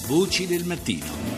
Voci del mattino.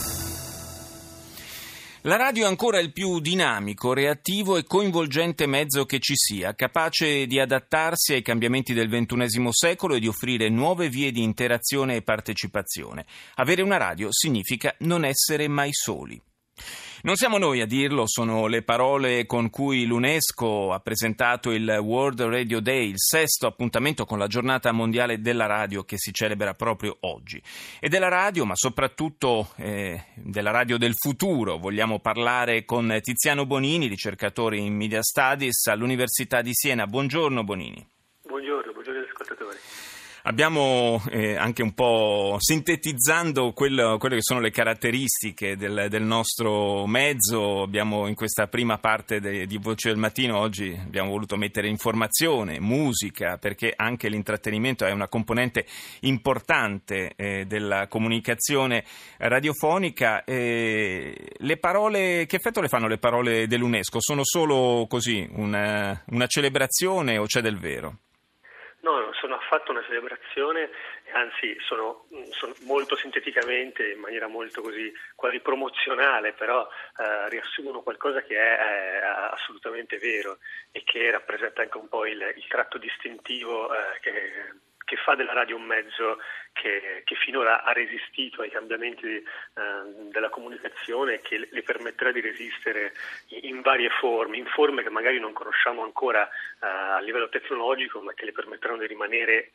La radio è ancora il più dinamico, reattivo e coinvolgente mezzo che ci sia, capace di adattarsi ai cambiamenti del XXI secolo e di offrire nuove vie di interazione e partecipazione. Avere una radio significa non essere mai soli. Non siamo noi a dirlo, sono le parole con cui l'UNESCO ha presentato il World Radio Day, il sesto appuntamento con la giornata mondiale della radio che si celebra proprio oggi. E della radio, ma soprattutto della radio del futuro, vogliamo parlare con Tiziano Bonini, ricercatore in Media Studies all'Università di Siena. Buongiorno Bonini. Buongiorno agli ascoltatori. Abbiamo anche un po' sintetizzando quelle che sono le caratteristiche del nostro mezzo. Abbiamo in questa prima parte di Voce del Mattino oggi abbiamo voluto mettere informazione, musica, perché anche l'intrattenimento è una componente importante della comunicazione radiofonica. Le parole, che effetto le fanno le parole dell'UNESCO? Sono solo così una celebrazione o c'è del vero? No, non sono affatto una celebrazione, anzi sono molto sinteticamente, in maniera molto così quasi promozionale, però riassumono qualcosa che è assolutamente vero e che rappresenta anche un po' il tratto distintivo che fa della radio un mezzo che finora ha resistito ai cambiamenti della comunicazione e che le permetterà di resistere in varie forme, in forme che magari non conosciamo ancora a livello tecnologico, ma che le permetteranno di rimanere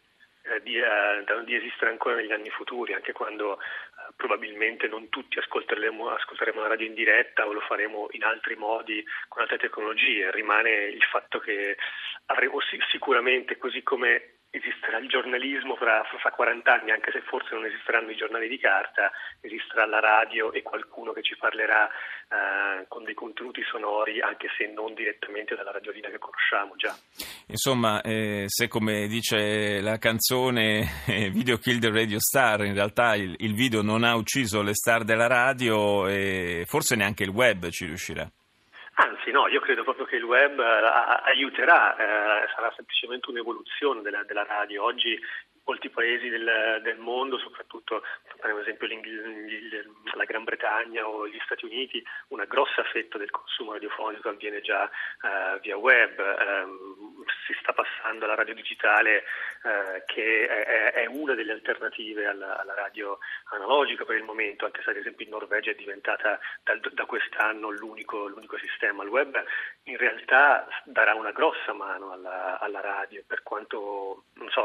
di esistere ancora negli anni futuri, anche quando probabilmente non tutti ascolteremo la radio in diretta o lo faremo in altri modi con altre tecnologie. Rimane il fatto che avremo sicuramente, così come esisterà il giornalismo fra 40 anni, anche se forse non esisteranno i giornali di carta, esisterà la radio e qualcuno che ci parlerà con dei contenuti sonori, anche se non direttamente dalla radiolina che conosciamo già. Insomma, se come dice la canzone Video Kill the Radio Star, in realtà il video non ha ucciso le star della radio e forse neanche il web ci riuscirà. Anzi no, io credo proprio che il web aiuterà, sarà semplicemente un'evoluzione della radio. Oggi molti paesi del mondo, soprattutto per esempio la Gran Bretagna o gli Stati Uniti, una grossa fetta del consumo radiofonico avviene già via web. Si sta passando alla radio digitale, che è una delle alternative alla radio analogica per il momento, anche se ad esempio in Norvegia è diventata da quest'anno l'unico sistema. Il web in realtà darà una grossa mano alla radio, per quanto non so,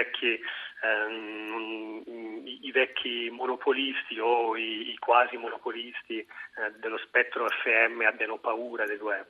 i vecchi monopolisti o i quasi monopolisti dello spettro FM abbiano paura del web.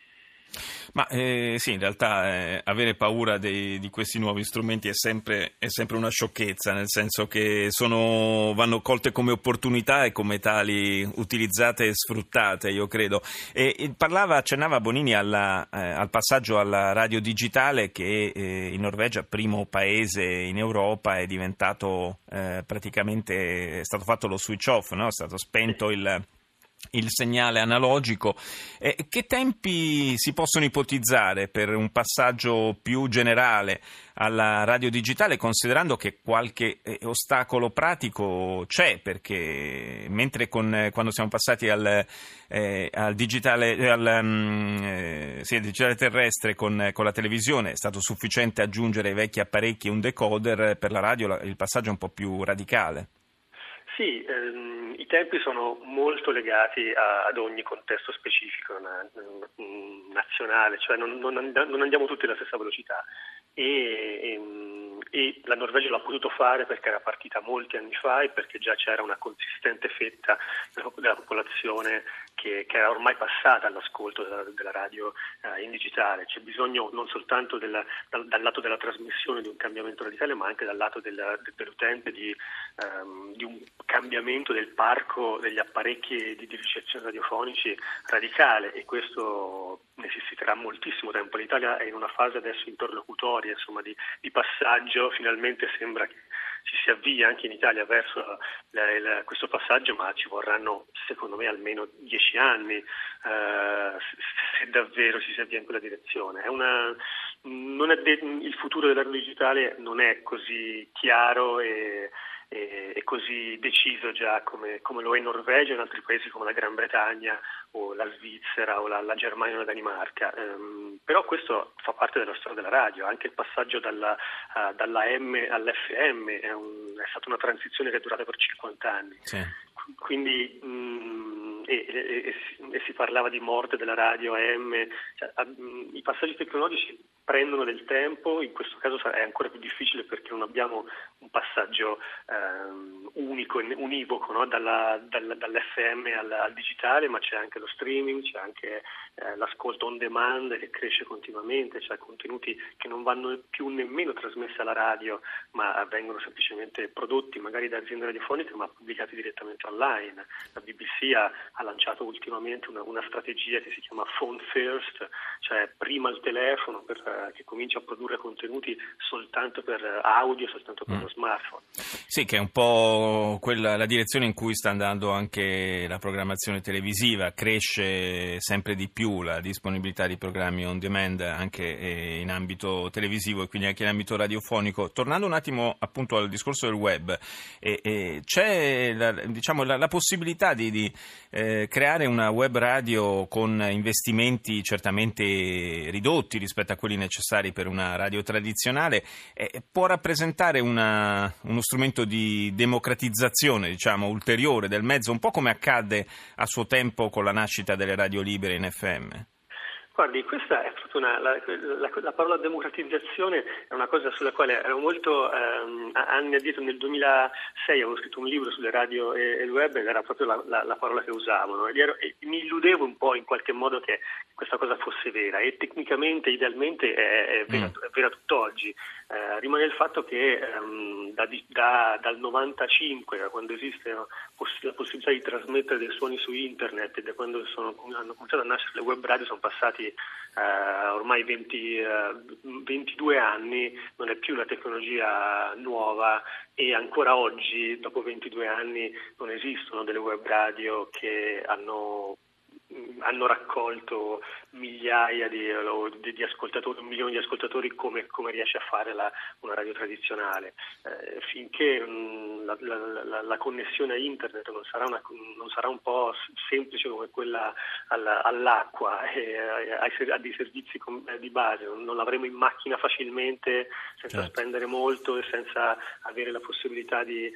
Ma sì, in realtà avere paura di questi nuovi strumenti è sempre una sciocchezza, nel senso che vanno colte come opportunità e come tali utilizzate e sfruttate, io credo. Accennava Bonini al passaggio alla radio digitale che in Norvegia, primo paese in Europa, è diventato praticamente, è stato fatto lo switch off, no? È stato spento il segnale analogico. Che tempi si possono ipotizzare per un passaggio più generale alla radio digitale, considerando che qualche ostacolo pratico c'è, perché mentre quando siamo passati al digitale digitale terrestre con la televisione è stato sufficiente aggiungere ai vecchi apparecchi un decoder, per la radio il passaggio è un po' più radicale. Sì, i tempi sono molto legati ad ogni contesto specifico nazionale, cioè non andiamo tutti alla stessa velocità e la Norvegia l'ha potuto fare perché era partita molti anni fa e perché già c'era una consistente fetta della popolazione che era ormai passata all'ascolto della radio in digitale. C'è bisogno non soltanto dal lato della trasmissione di un cambiamento radicale, ma anche dal lato dell'utente di un cambiamento del parco degli apparecchi di ricezione radiofonici radicale, e questo necessiterà moltissimo tempo. L'Italia è in una fase adesso interlocutoria, insomma, di passaggio. Finalmente sembra che ci si avvii anche in Italia verso questo passaggio, ma ci vorranno secondo me almeno 10 anni se davvero ci si avvia in quella direzione. Il futuro della radio digitale non è così chiaro e è così deciso già come lo è in Norvegia e in altri paesi come la Gran Bretagna o la Svizzera o la Germania o la Danimarca. Però questo fa parte della storia della radio, anche il passaggio dalla M all'FM è stata una transizione che è durata per 50 anni. Sì. Quindi si parlava di morte della radio AM, i passaggi tecnologici prendono del tempo, in questo caso è ancora più difficile perché non abbiamo un passaggio unico, univoco, no? dall'FM al digitale, ma c'è anche lo streaming, c'è anche l'ascolto on demand che cresce continuamente, cioè contenuti che non vanno più nemmeno trasmessi alla radio, ma vengono semplicemente prodotti magari da aziende radiofoniche ma pubblicati direttamente online. La BBC ha lanciato ultimamente una strategia che si chiama Phone First, cioè prima il telefono che comincia a produrre contenuti soltanto per audio, soltanto per lo smartphone. Sì, che è un po' la direzione in cui sta andando anche la programmazione televisiva, cresce sempre di più la disponibilità di programmi on demand anche in ambito televisivo e quindi anche in ambito radiofonico. Tornando un attimo appunto al discorso del web, c'è la possibilità di creare una web radio con investimenti certamente ridotti rispetto a quelli necessari per una radio tradizionale, può rappresentare uno strumento di democratizzazione, ulteriore del mezzo, un po' come accadde a suo tempo con la nascita delle radio libere in FM? Guardi, questa è proprio la parola democratizzazione è una cosa sulla quale ero molto anni addietro. Nel 2006 avevo scritto un libro sulle radio e il web ed era proprio la parola che usavano e mi illudevo un po' in qualche modo che questa cosa fosse vera e tecnicamente, idealmente è vera tutt'oggi. Rimane il fatto che dal 95, da quando esiste la possibilità di trasmettere dei suoni su internet e da quando hanno cominciato a nascere le web radio sono passati ormai 22 anni, non è più una tecnologia nuova e ancora oggi, dopo 22 anni, non esistono delle web radio che hanno raccolto migliaia di ascoltatori, 1 milione di ascoltatori come riesce a fare una radio tradizionale. Finché la connessione a internet non sarà un po' semplice come quella all'acqua e a dei servizi di base, non l'avremo in macchina facilmente, senza spendere molto e senza avere la possibilità e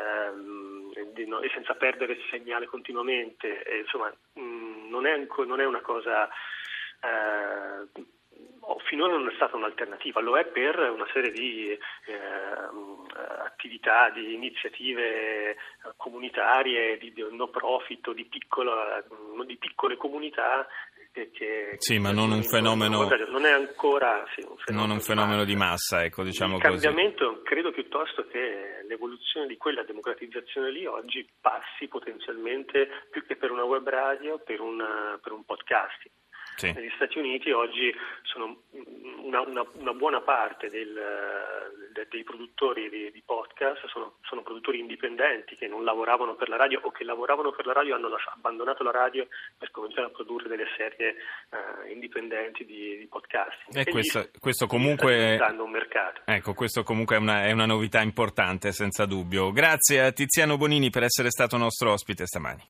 senza perdere il segnale continuamente. Insomma, non è una cosa finora non è stata un'alternativa, lo è per una serie di attività, di iniziative comunitarie, di no profit, di piccole comunità sì, ma non un fenomeno. Non è ancora un fenomeno di massa, ecco, diciamo così. Il così. cambiamento credo piuttosto che l'evoluzione di quella democratizzazione lì oggi passi potenzialmente più che per una web radio, per un podcasting. Sì. Negli Stati Uniti oggi sono una buona parte dei produttori di podcast sono produttori indipendenti che non lavoravano per la radio o che lavoravano per la radio e hanno abbandonato la radio per cominciare a produrre delle serie indipendenti di podcasting. E questo comunque sta un mercato. Ecco, questo comunque è una novità importante, senza dubbio. Grazie a Tiziano Bonini per essere stato nostro ospite stamani.